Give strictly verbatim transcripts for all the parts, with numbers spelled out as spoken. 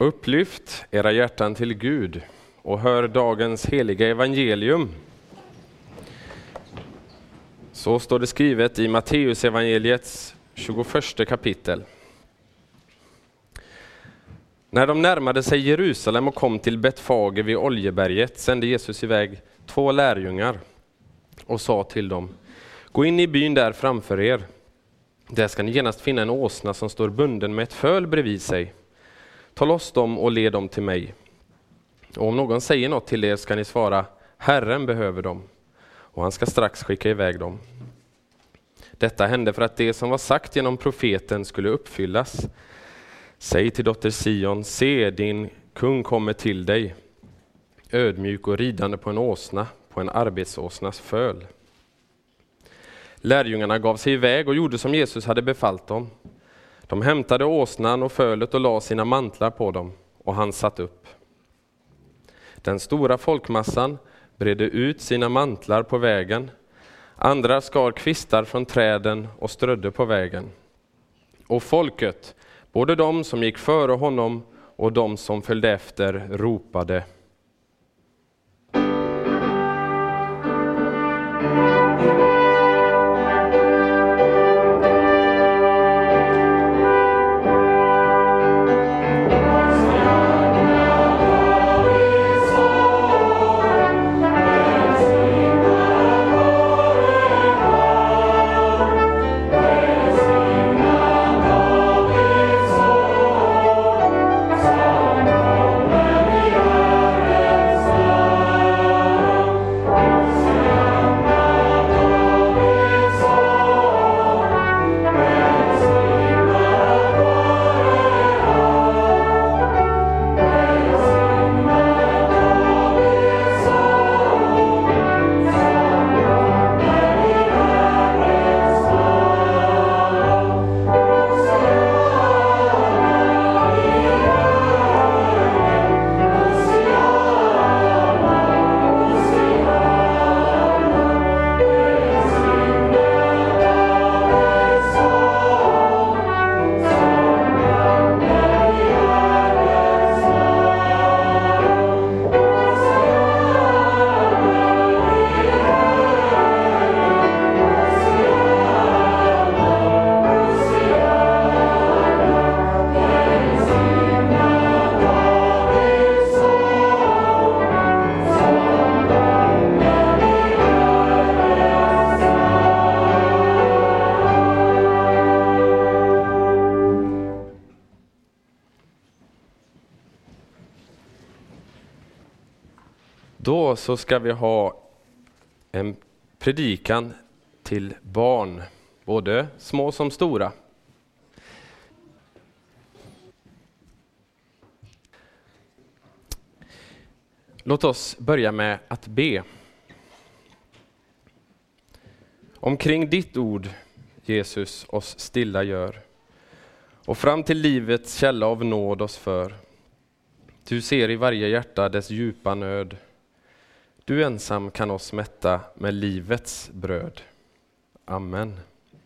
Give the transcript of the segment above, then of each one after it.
Upplyft era hjärtan till Gud och hör dagens heliga evangelium. Så står det skrivet i Matteus evangeliets tjugoförsta kapitel. När de närmade sig Jerusalem och kom till Betfage vid Oljeberget sände Jesus iväg två lärjungar och sa till dem: gå in i byn där framför er. Där ska ni genast finna en åsna som står bunden med ett föl bredvid sig. Ta loss dem och led dem till mig. Och om någon säger något till er ska ni svara: Herren behöver dem, och han ska strax skicka iväg dem. Detta hände för att det som var sagt genom profeten skulle uppfyllas. Säg till dotter Sion: se, din kung kommer till dig, ödmjuk och ridande på en åsna, på en arbetsåsnas föl. Lärjungarna gav sig iväg och gjorde som Jesus hade befallt dem. De hämtade åsnan och fölet och la sina mantlar på dem, och han satt upp. Den stora folkmassan bredde ut sina mantlar på vägen. Andra skar kvistar från träden och strödde på vägen. Och folket, både de som gick före honom och de som följde efter, ropade: Då så ska vi ha en predikan till barn, både små som stora. Låt oss börja med att be. Omkring ditt ord, Jesus, oss stilla gör, och fram till livets källa av nåd oss för. Du ser i varje hjärta dess djupa nöd. Du ensam kan oss mätta med livets bröd. Amen.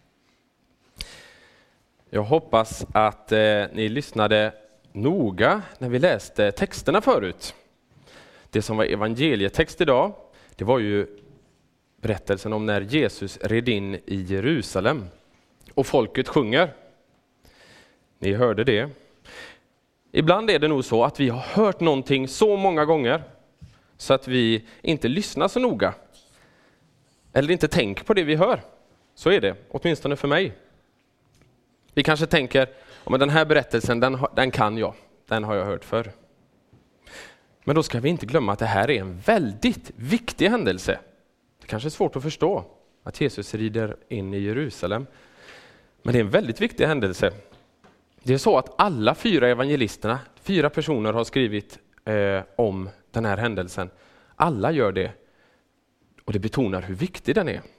Jag hoppas att eh, ni lyssnade noga när vi läste texterna förut. Det som var evangelietext idag, det var ju berättelsen om när Jesus red in i Jerusalem och folket sjunger. Ni hörde det. Ibland är det nog så att vi har hört någonting så många gånger så att vi inte lyssnar så noga. Eller inte tänker på det vi hör. Så är det, åtminstone för mig. Vi kanske tänker, ja, men den här berättelsen, den, den kan jag. Den har jag hört förr. Men då ska vi inte glömma att det här är en väldigt viktig händelse. Det kanske är svårt att förstå att Jesus rider in i Jerusalem. Men det är en väldigt viktig händelse. Det är så att alla fyra evangelisterna, fyra personer har skrivit eh, om den här händelsen. Alla gör det. Och det betonar hur viktig den är.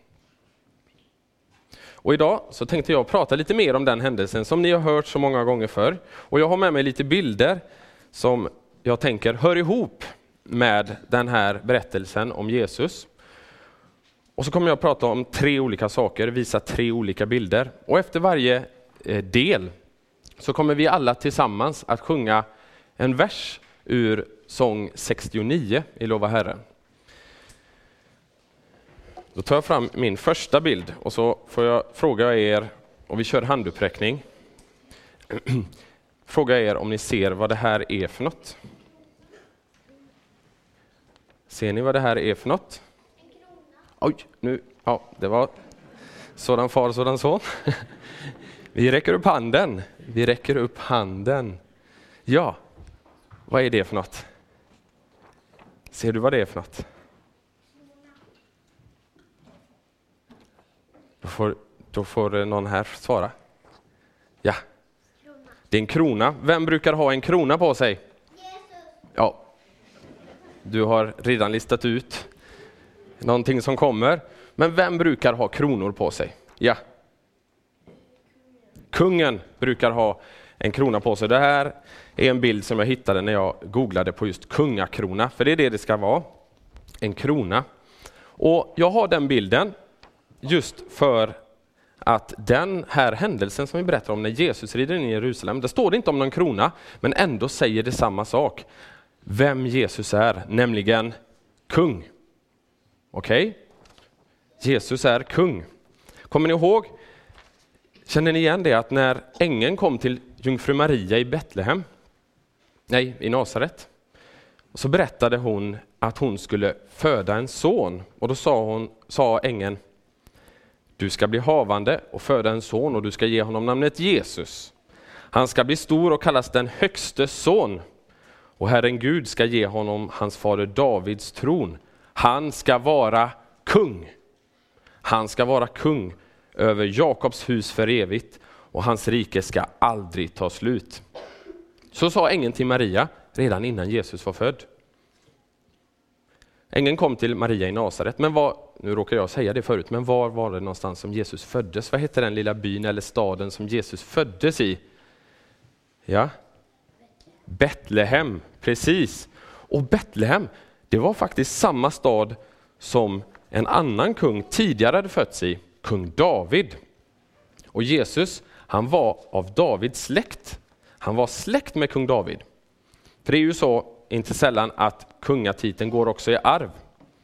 Och idag så tänkte jag prata lite mer om den händelsen som ni har hört så många gånger förr. Och jag har med mig lite bilder som jag tänker hör ihop med den här berättelsen om Jesus. Och så kommer jag prata om tre olika saker, visa tre olika bilder. Och efter varje del så kommer vi alla tillsammans att sjunga en vers ur sång sextionio i Lova Herren. Då tar jag fram min första bild och så får jag fråga er, och vi kör handuppräckning. Fråga er om ni ser vad det här är för något. Ser ni vad det här är för något? Oj, nu, ja, det var sådan far, sådan son. Vi räcker upp handen. Vi räcker upp handen. Ja, vad är det för något? Ser du vad det är för något? Då får, då får någon här svara. Ja. Det är en krona. Vem brukar ha en krona på sig? Jesus. Ja. Du har redan listat ut någonting som kommer. Men vem brukar ha kronor på sig? Ja. Kungen brukar ha en krona på sig. Det här är en bild som jag hittade när jag googlade på just kungakrona. För det är det det ska vara. En krona. Och jag har den bilden just för att den här händelsen som vi berättar om när Jesus rider in i Jerusalem, det står det inte om någon krona, men ändå säger det samma sak. Vem Jesus är, nämligen kung. Okej? Okay? Jesus är kung. Kommer ni ihåg? Känner ni igen det att när ängeln kom till jungfru Maria i Betlehem, nej, i Nasaret, så berättade hon att hon skulle föda en son. Och då sa, hon, sa ängeln, du ska bli havande och föda en son och du ska ge honom namnet Jesus. Han ska bli stor och kallas den högste son. Och Herren Gud ska ge honom hans fader Davids tron. Han ska vara kung. Han ska vara kung över Jakobs hus för evigt och hans rike ska aldrig ta slut. Så sa ängeln till Maria redan innan Jesus var född. Ängeln kom till Maria i Nasaret, men var, nu råkar jag säga det förut, men var var det någonstans som Jesus föddes? Vad heter den lilla byn eller staden som Jesus föddes i? Ja, Betlehem, precis. Och Betlehem, det var faktiskt samma stad som en annan kung tidigare hade fötts i, kung David. Och Jesus, han var av Davids släkt. Han var släkt med kung David. För det är ju så, inte sällan, att kungatiteln går också i arv.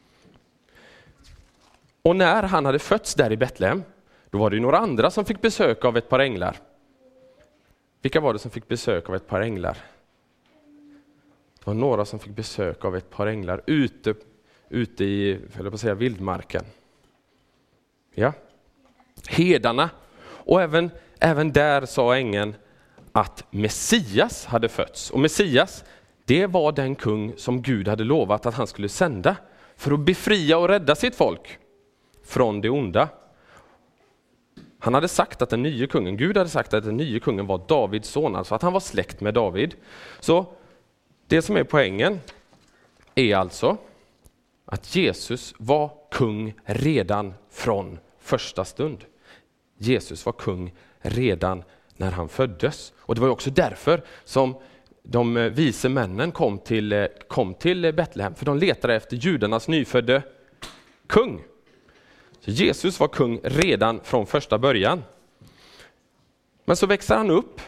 Och när han hade fötts där i Betlehem, då var det ju några andra som fick besök av ett par änglar. Vilka var det som fick besök av ett par änglar? Det var några som fick besök av ett par änglar ute, ute i, eller på att säga, vildmarken. Ja. Herdarna. Och även, även där sa ängeln att Messias hade fötts. Och Messias, det var den kung som Gud hade lovat att han skulle sända för att befria och rädda sitt folk från det onda. Han hade sagt att den nya kungen, Gud hade sagt att den nya kungen var Davids son, alltså att han var släkt med David. Så det som är poängen är alltså att Jesus var kung redan från första stund. Jesus var kung redan när han föddes. Och det var också därför som de vise männen kom till, kom till Betlehem. För de letade efter judarnas nyfödde kung. Så Jesus var kung redan från första början. Men så växer han upp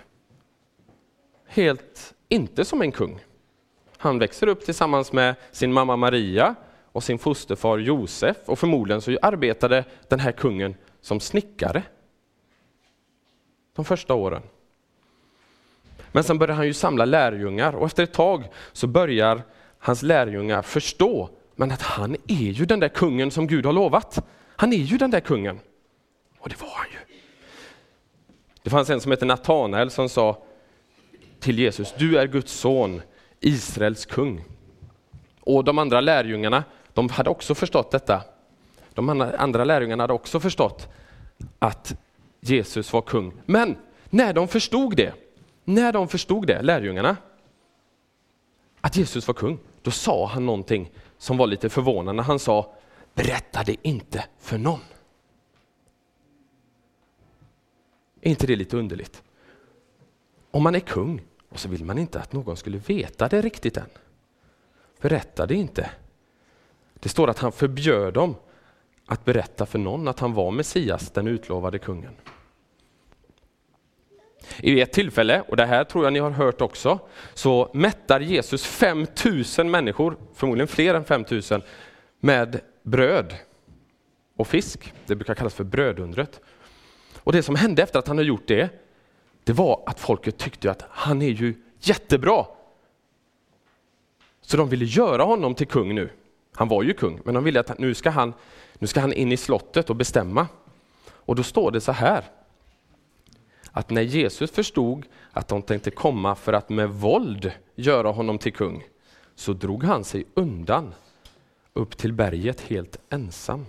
helt inte som en kung. Han växer upp tillsammans med sin mamma Maria och sin fosterfar Josef. Och förmodligen så arbetade den här kungen som snickare de första åren. Men sen börjar han ju samla lärjungar och efter ett tag så börjar hans lärjungar förstå, men att han är ju den där kungen som Gud har lovat. Han är ju den där kungen. Och det var han ju. Det fanns en som heter Natanael som sa till Jesus, du är Guds son, Israels kung. Och de andra lärjungarna, de hade också förstått detta. De andra lärjungarna hade också förstått att Jesus var kung. Men när de förstod det, när de förstod det, lärjungarna, att Jesus var kung, då sa han någonting som var lite förvånande. Han sa, berätta det inte för någon. Är inte det lite underligt? Om man är kung och så vill man inte att någon skulle veta det riktigt än. Berätta det inte. Det står att han förbjöd dem att berätta för någon att han var Messias, den utlovade kungen. I ett tillfälle, och det här tror jag ni har hört också, så mättar Jesus fem tusen människor, förmodligen fler än fem tusen, med bröd och fisk. Det brukar kallas för brödundret. Och det som hände efter att han hade gjort det, det var att folket tyckte att han är ju jättebra. Så de ville göra honom till kung nu. Han var ju kung, men de ville att nu ska han, nu ska han in i slottet och bestämma. Och då står det så här, att när Jesus förstod att de tänkte komma för att med våld göra honom till kung, så drog han sig undan upp till berget helt ensam.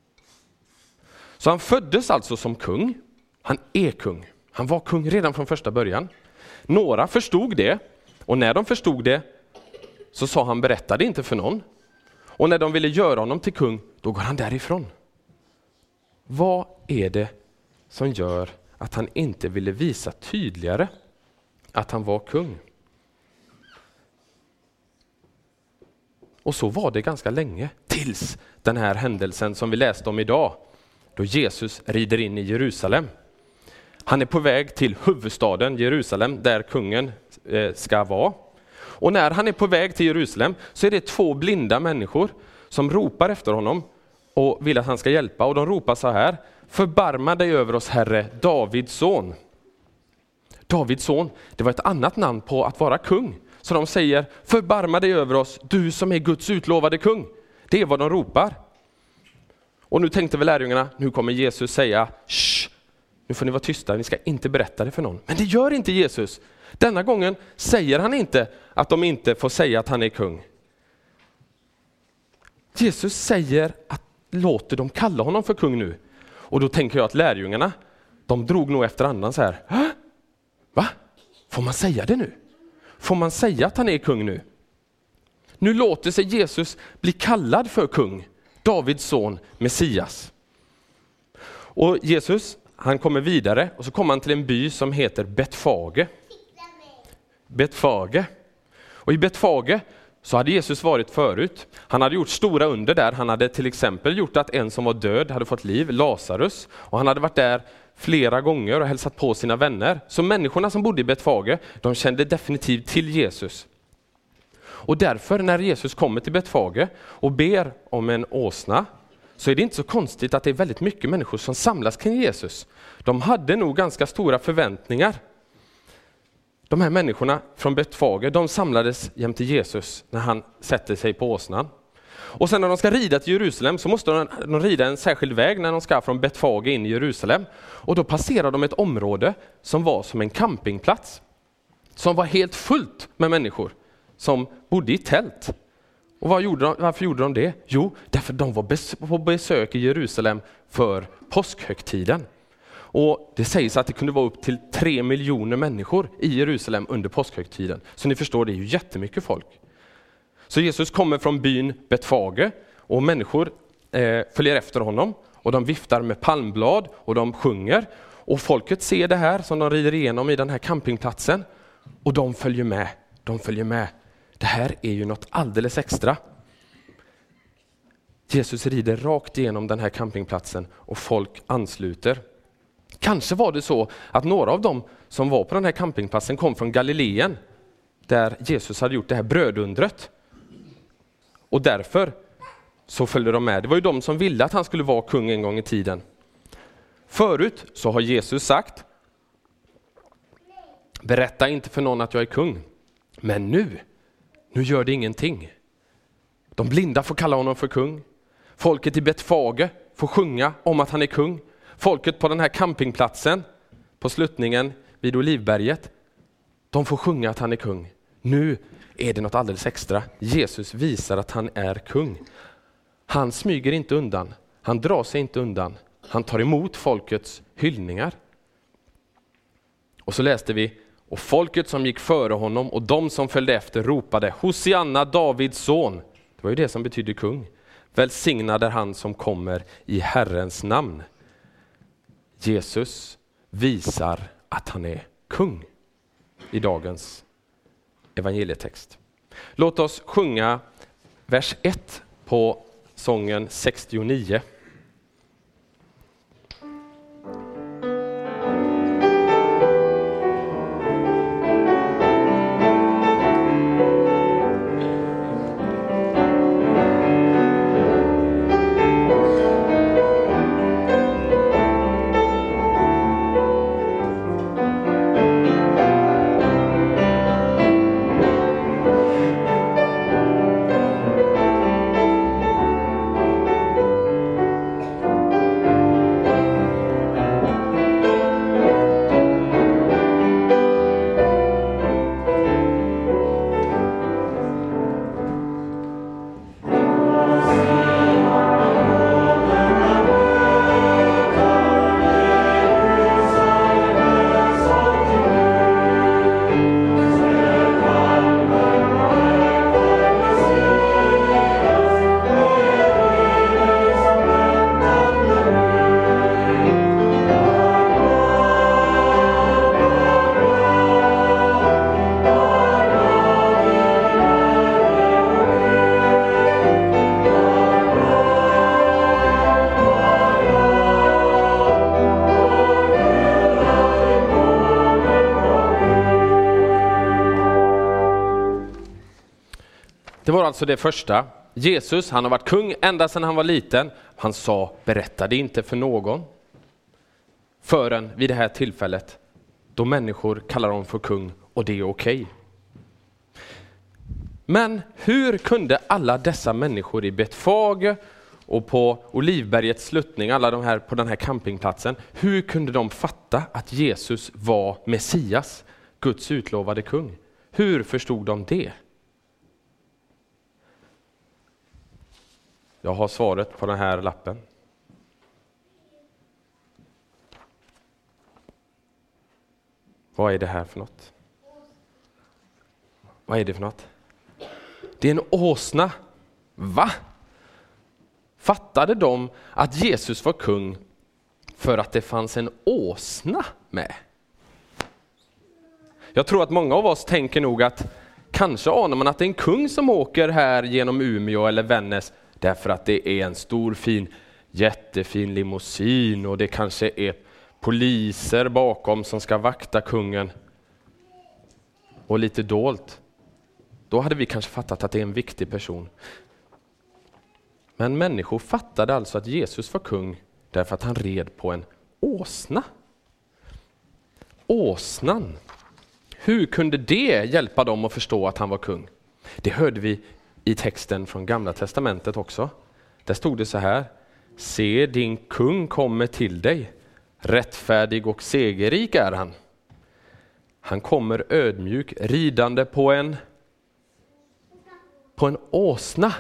Så han föddes alltså som kung. Han är kung. Han var kung redan från första början. Några förstod det, och när de förstod det så sa han berättade inte för någon. Och när de ville göra honom till kung, då går han därifrån. Vad är det som gör att han inte ville visa tydligare att han var kung? Och så var det ganska länge, tills den här händelsen som vi läste om idag, då Jesus rider in i Jerusalem. Han är på väg till huvudstaden Jerusalem, där kungen eh, ska vara. Och när han är på väg till Jerusalem så är det två blinda människor som ropar efter honom och vill att han ska hjälpa. Och de ropar så här: förbarma dig över oss, Herre, Davids son. Davids son, det var ett annat namn på att vara kung. Så de säger, förbarma dig över oss, du som är Guds utlovade kung. Det är vad de ropar. Och nu tänkte väl lärjungarna, nu kommer Jesus säga, shh, nu får ni vara tysta, ni ska inte berätta det för någon. Men det gör inte Jesus. Denna gången säger han inte att de inte får säga att han är kung. Jesus säger att låter dem kalla honom för kung nu. Och då tänker jag att lärjungarna, de drog nog efter andan så här. Hä? Va? Får man säga det nu? Får man säga att han är kung nu? Nu låter sig Jesus bli kallad för kung, Davids son, Messias. Och Jesus, han kommer vidare och så kommer han till en by som heter Betfage. Betfage. Och i Betfage så hade Jesus varit förut. Han hade gjort stora under där. Han hade till exempel gjort att en som var död hade fått liv, Lazarus. Och han hade varit där flera gånger och hälsat på sina vänner. Så människorna som bodde i Betfage, de kände definitivt till Jesus. Och därför när Jesus kommer till Betfage och ber om en åsna, så är det inte så konstigt att det är väldigt mycket människor som samlas kring Jesus. De hade nog ganska stora förväntningar. De här människorna från Betfage, de samlades jämte Jesus när han sätter sig på åsnan. Och sen när de ska rida till Jerusalem så måste de, de rida en särskild väg när de ska från Betfage in i Jerusalem. Och då passerar de ett område som var som en campingplats. Som var helt fullt med människor som bodde i tält. Och vad gjorde de, varför gjorde de det? Jo, därför de var bes, på besök i Jerusalem för påskhögtiden. Och det sägs att det kunde vara upp till tre miljoner människor i Jerusalem under påskhögtiden. Så ni förstår, det är ju jättemycket folk. Så Jesus kommer från byn Betfage och människor eh, följer efter honom. Och de viftar med palmblad och de sjunger. Och folket ser det här som de rider igenom i den här campingplatsen. Och de följer med. De följer med. Det här är ju något alldeles extra. Jesus rider rakt igenom den här campingplatsen och folk ansluter. Kanske var det så att några av dem som var på den här campingplatsen kom från Galileen, där Jesus hade gjort det här brödundret. Och därför så följde de med. Det var ju de som ville att han skulle vara kung en gång i tiden. Förut så har Jesus sagt, berätta inte för någon att jag är kung. Men nu, nu gör det ingenting. De blinda får kalla honom för kung. Folket i Betfage får sjunga om att han är kung. Folket på den här campingplatsen på sluttningen vid Olivberget, de får sjunga att han är kung. Nu är det något alldeles extra. Jesus visar att han är kung. Han smyger inte undan. Han drar sig inte undan. Han tar emot folkets hyllningar. Och så läste vi, och folket som gick före honom och de som följde efter ropade, Hosianna, Davids son. Det var ju det som betyder kung. Välsignad är han som kommer i Herrens namn. Jesus visar att han är kung i dagens evangelietext. Låt oss sjunga vers ett på sången sextionio. Det var alltså det första. Jesus, han har varit kung ända sedan han var liten. Han sa, berätta det inte för någon. Förrän vid det här tillfället då människor kallar honom för kung och det är okej. Men hur kunde alla dessa människor i Betfage och på Olivbergets sluttning, alla de här på den här campingplatsen, hur kunde de fatta att Jesus var Messias, Guds utlovade kung? Hur förstod de det? Jag har svaret på den här lappen. Vad är det här för något? Vad är det för något? Det är en åsna. Va? Fattade de att Jesus var kung för att det fanns en åsna med? Jag tror att många av oss tänker nog att kanske anar man att det är en kung som åker här genom Umeå eller Vännäs därför att det är en stor fin, jättefin limousin och det kanske är poliser bakom som ska vakta kungen. Och lite dolt. Då hade vi kanske fattat att det är en viktig person. Men människor fattade alltså att Jesus var kung därför att han red på en åsna. Åsnan. Hur kunde det hjälpa dem att förstå att han var kung? Det hörde vi i texten från Gamla testamentet också. Där stod det så här. Se, din kung kommer till dig. Rättfärdig och segerrik är han. Han kommer ödmjuk, ridande på en på en åsna.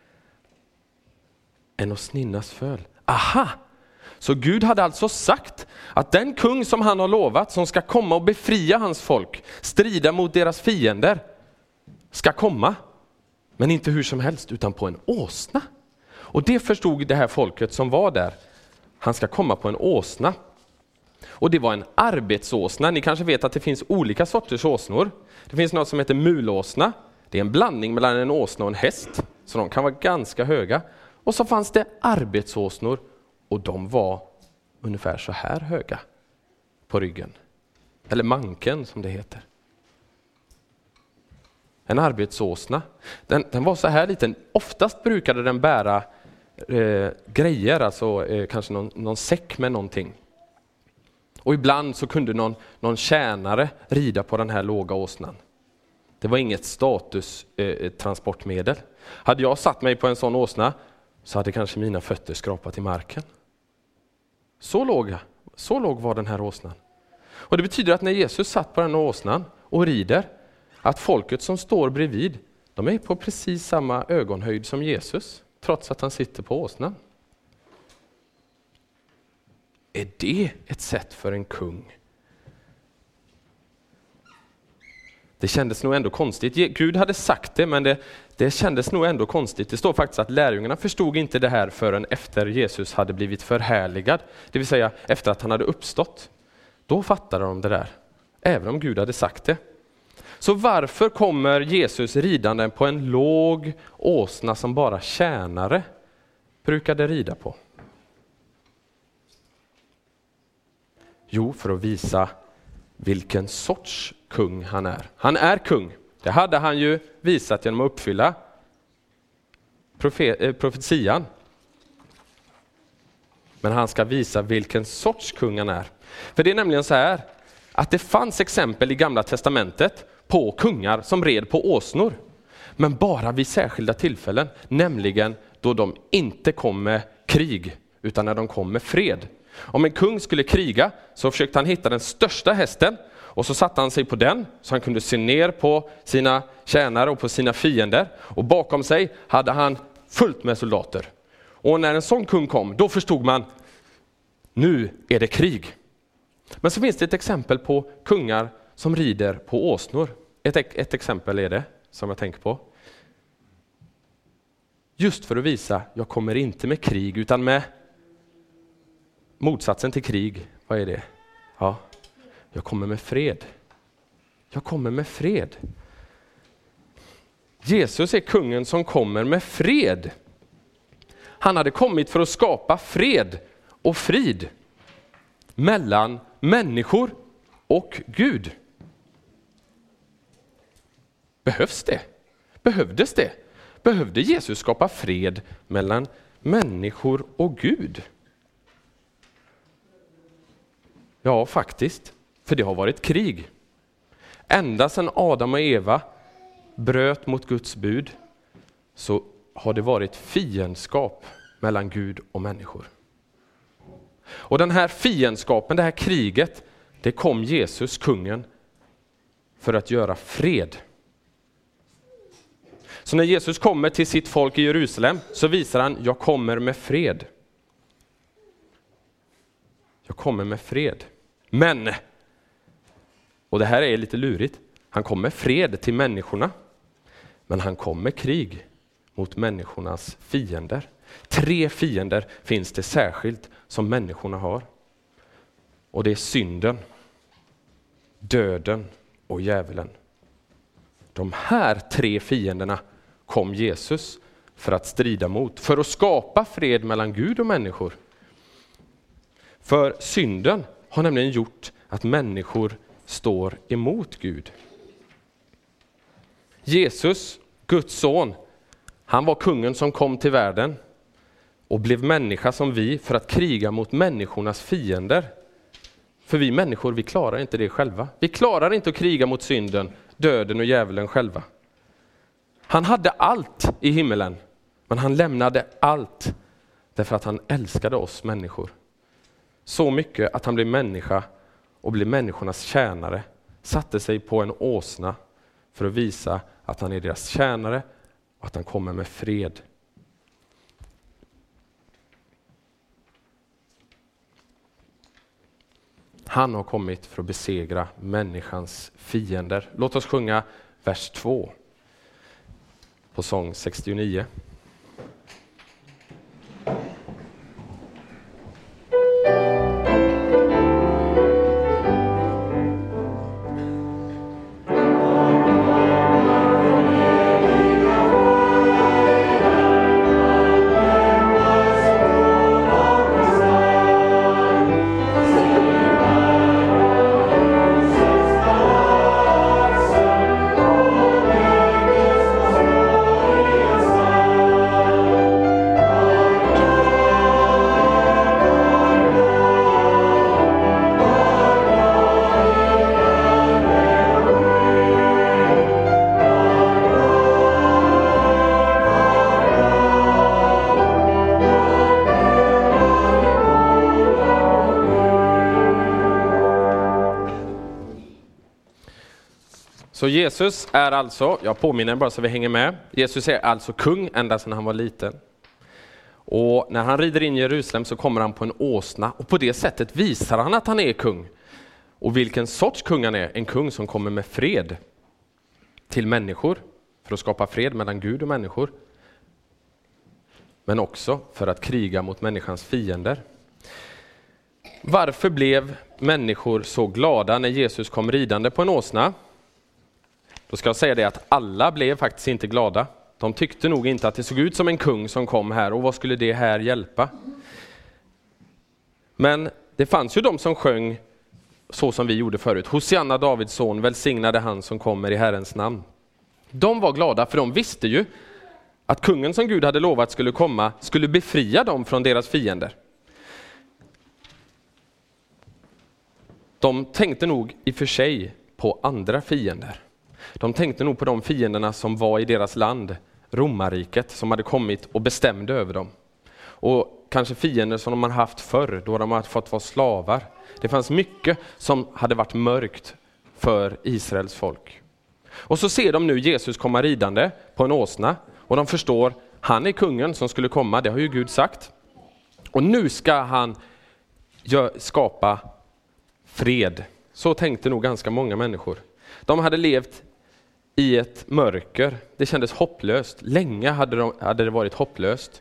En åsninnas föl. Aha! Så Gud hade alltså sagt att den kung som han har lovat, som ska komma och befria hans folk, strida mot deras fiender, ska komma. Men inte hur som helst, utan på en åsna. Och det förstod det här folket som var där. Han ska komma på en åsna. Och det var en arbetsåsna. Ni kanske vet att det finns olika sorters åsnor. Det finns något som heter mulåsna. Det är en blandning mellan en åsna och en häst. Så de kan vara ganska höga. Och så fanns det arbetsåsnor. Och de var ungefär så här höga på ryggen. Eller manken som det heter. En arbetsåsna. Den, den var så här liten. Oftast brukade den bära eh, grejer. Alltså eh, kanske någon, någon säck med någonting. Och ibland så kunde någon, någon tjänare rida på den här låga åsnan. Det var inget status eh, transportmedel. Hade jag satt mig på en sån åsna så hade kanske mina fötter skrapat i marken. Så låg, så låg var den här åsnan. Och det betyder att när Jesus satt på den här åsnan och rider, att folket som står bredvid, de är på precis samma ögonhöjd som Jesus, trots att han sitter på åsnan. Är det ett sätt för en kung? Det kändes nog ändå konstigt. Gud hade sagt det, men det, det kändes nog ändå konstigt. Det står faktiskt att lärjungarna förstod inte det här förrän efter Jesus hade blivit förhärligad. Det vill säga efter att han hade uppstått. Då fattade de det där, även om Gud hade sagt det. Så varför kommer Jesus ridande på en låg åsna som bara tjänare brukade rida på? Jo, för att visa vilken sorts kung han är. Han är kung. Det hade han ju visat genom att uppfylla profe- profetian. Men han ska visa vilken sorts kung han är. För det är nämligen så här att det fanns exempel i Gamla testamentet på kungar som red på åsnor. Men bara vid särskilda tillfällen, nämligen då de inte kom med krig utan när de kom med fred. Om en kung skulle kriga så försökte han hitta den största hästen och så satte han sig på den så han kunde se ner på sina tjänare och på sina fiender. Och bakom sig hade han fullt med soldater. Och när en sån kung kom, då förstod man, nu är det krig. Men så finns det ett exempel på kungar som rider på åsnor. Ett, ett exempel är det som jag tänker på. Just för att visa, jag kommer inte med krig utan med motsatsen till krig. Vad är det? Ja, jag kommer med fred. Jag kommer med fred. Jesus är kungen som kommer med fred. Han hade kommit för att skapa fred och frid mellan människor och Gud. Behövs det? Behövdes det? Behövde Jesus skapa fred mellan människor och Gud? Ja, faktiskt. För det har varit krig. Ända sedan Adam och Eva bröt mot Guds bud så har det varit fiendskap mellan Gud och människor. Och den här fiendskapen, det här kriget, det kom Jesus, kungen, för att göra fred. Så när Jesus kommer till sitt folk i Jerusalem så visar han, jag kommer med fred. Jag kommer med fred. Men, och det här är lite lurigt, han kommer med fred till människorna. Men han kommer med krig mot människornas fiender. Tre fiender finns det särskilt som människorna har. Och det är synden, döden och djävulen. De här tre fienderna kom Jesus för att strida mot. För att skapa fred mellan Gud och människor. För synden har nämligen gjort att människor står emot Gud. Jesus, Guds son, han var kungen som kom till världen och blev människa som vi för att kriga mot människornas fiender. För vi människor, vi klarar inte det själva. Vi klarar inte att kriga mot synden, döden och djävulen själva. Han hade allt i himmelen, men han lämnade allt därför att han älskade oss människor. Så mycket att han blev människa och blev människornas tjänare, satte sig på en åsna för att visa att han är deras tjänare och att han kommer med fred. Han har kommit för att besegra människans fiender. Låt oss sjunga vers två på sång sextionio. Så Jesus är alltså, jag påminner bara så vi hänger med, Jesus är alltså kung ända sedan han var liten. Och när han rider in i Jerusalem så kommer han på en åsna och på det sättet visar han att han är kung. Och vilken sorts kung han är, en kung som kommer med fred till människor, för att skapa fred mellan Gud och människor. Men också för att kriga mot människans fiender. Varför blev människor så glada när Jesus kom ridande på en åsna? Då ska jag säga det att alla blev faktiskt inte glada. De tyckte nog inte att det såg ut som en kung som kom här och vad skulle det här hjälpa? Men det fanns ju de som sjöng så som vi gjorde förut. Hosianna Davids son, välsignade han som kommer i Herrens namn. De var glada för de visste ju att kungen som Gud hade lovat skulle komma skulle befria dem från deras fiender. De tänkte nog i och för sig på andra fiender. De tänkte nog på de fienderna som var i deras land, romarriket, som hade kommit och bestämde över dem. Och kanske fiender som de hade haft förr, då de hade fått vara slavar. Det fanns mycket som hade varit mörkt för Israels folk. Och så ser de nu Jesus komma ridande på en åsna och de förstår, han är kungen som skulle komma, det har ju Gud sagt. Och nu ska han skapa fred. Så tänkte nog ganska många människor. De hade levt i ett mörker. Det kändes hopplöst. Länge hade, de, hade det varit hopplöst.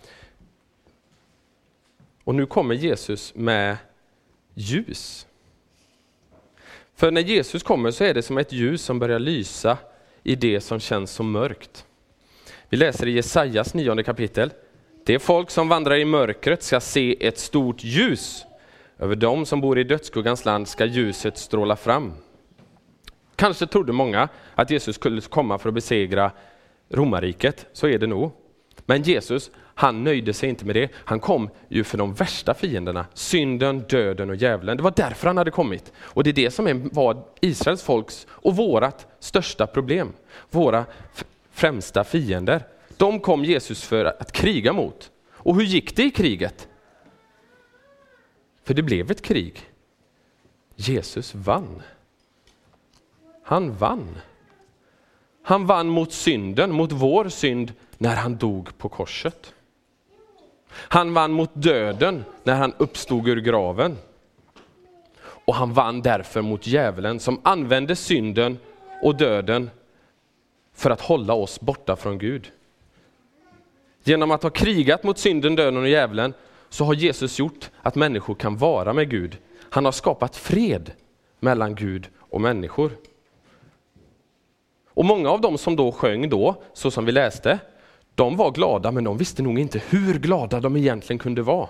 Och nu kommer Jesus med ljus. För när Jesus kommer så är det som ett ljus som börjar lysa i det som känns så mörkt. Vi läser i Jesajas nionde kapitel. Det folk som vandrar i mörkret ska se ett stort ljus. Över dem som bor i dödsskuggans land ska ljuset stråla fram. Kanske trodde många att Jesus skulle komma för att besegra romarriket, så är det nog. Men Jesus, han nöjde sig inte med det. Han kom ju för de värsta fienderna, synden, döden och djävulen. Det var därför han hade kommit. Och det är det som är, var Israels folks och vårat största problem. Våra f- främsta fiender. De kom Jesus för att kriga mot. Och hur gick det i kriget? För det blev ett krig. Jesus vann. Han vann. Han vann mot synden, mot vår synd, när han dog på korset. Han vann mot döden när han uppstod ur graven. Och han vann därför mot djävulen som använde synden och döden för att hålla oss borta från Gud. Genom att ha krigat mot synden, döden och djävulen så har Jesus gjort att människor kan vara med Gud. Han har skapat fred mellan Gud och människor. Och många av dem som då sjöng då, så som vi läste, de var glada, men de visste nog inte hur glada de egentligen kunde vara.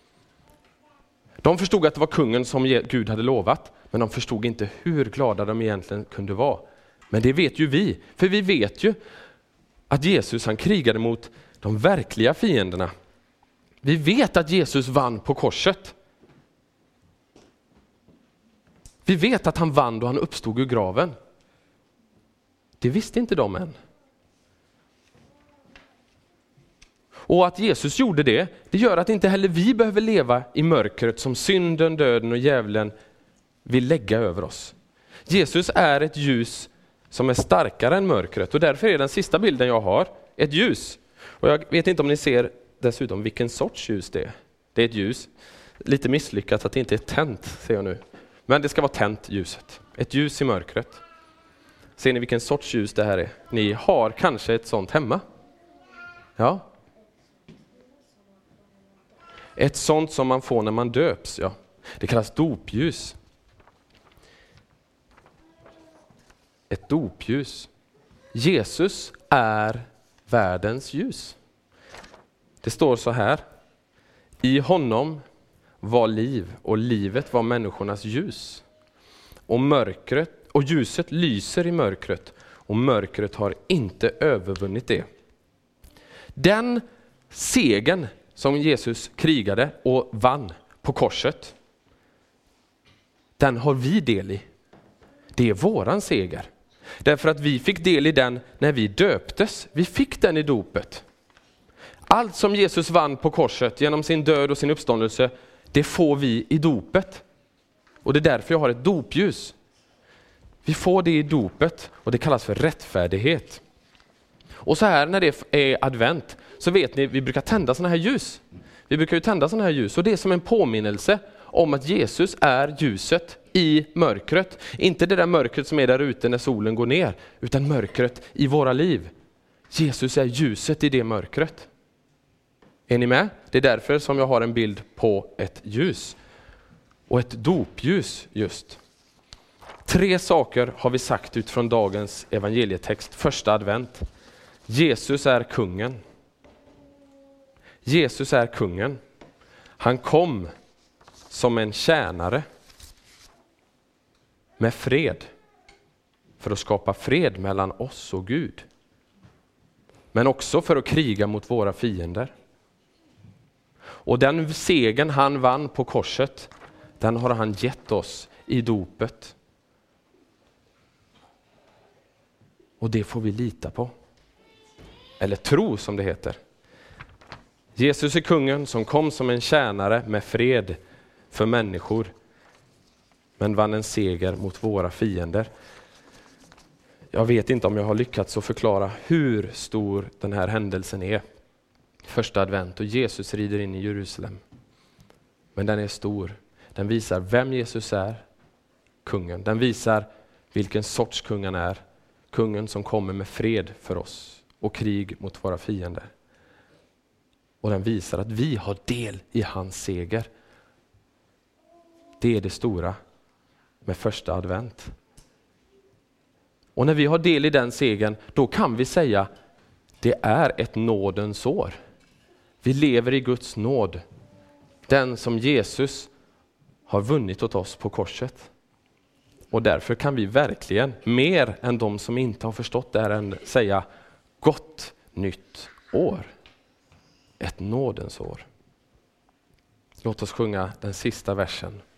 De förstod att det var kungen som Gud hade lovat, men de förstod inte hur glada de egentligen kunde vara. Men det vet ju vi, för vi vet ju att Jesus han krigade mot de verkliga fienderna. Vi vet att Jesus vann på korset. Vi vet att han vann då han uppstod ur graven. Det visste inte de än. Och att Jesus gjorde det, det gör att inte heller vi behöver leva i mörkret som synden, döden och djävulen vill lägga över oss. Jesus är ett ljus som är starkare än mörkret, och därför är den sista bilden jag har ett ljus. Och jag vet inte om ni ser dessutom vilken sorts ljus det är. Det är ett ljus. Lite misslyckat att det inte är tänt, ser jag nu. Men det ska vara tänt, ljuset. Ett ljus i mörkret. Ser ni vilken sorts ljus det här är? Ni har kanske ett sånt hemma. Ja. Ett sånt som man får när man döps, ja. Det kallas dopljus. Ett dopljus. Jesus är världens ljus. Det står så här: i honom var liv, och livet var människornas ljus. Och mörkret och ljuset lyser i mörkret, och mörkret har inte övervunnit det. Den segern som Jesus krigade och vann på korset, den har vi del i. Det är våran seger. Därför att vi fick del i den när vi döptes. Vi fick den i dopet. Allt som Jesus vann på korset genom sin död och sin uppståndelse, det får vi i dopet. Och det är därför jag har ett dopljus. Vi får det i dopet, och det kallas för rättfärdighet. Och så här när det är advent, så vet ni, vi brukar tända såna här ljus. Vi brukar ju tända såna här ljus, och det är som en påminnelse om att Jesus är ljuset i mörkret. Inte det där mörkret som är där ute när solen går ner, utan mörkret i våra liv. Jesus är ljuset i det mörkret. Är ni med? Det är därför som jag har en bild på ett ljus. Och ett dopljus just. Tre saker har vi sagt utifrån dagens evangelietext, första advent. Jesus är kungen. Jesus är kungen. Han kom som en tjänare med fred, för att skapa fred mellan oss och Gud. Men också för att kriga mot våra fiender. Och den segern han vann på korset, den har han gett oss i dopet. Och det får vi lita på. Eller tro, som det heter. Jesus är kungen som kom som en tjänare med fred för människor, men vann en seger mot våra fiender. Jag vet inte om jag har lyckats att förklara hur stor den här händelsen är. Första advent, och Jesus rider in i Jerusalem. Men den är stor. Den visar vem Jesus är, kungen. Den visar vilken sorts kung han är. Kungen som kommer med fred för oss och krig mot våra fiender. Och den visar att vi har del i hans seger. Det är det stora med första advent. Och när vi har del i den segern, då kan vi säga det är ett nådens år. Vi lever i Guds nåd. Den som Jesus har vunnit åt oss på korset. Och därför kan vi verkligen, mer än de som inte har förstått det här än, säga gott nytt år. Ett nådens år. Låt oss sjunga den sista versen.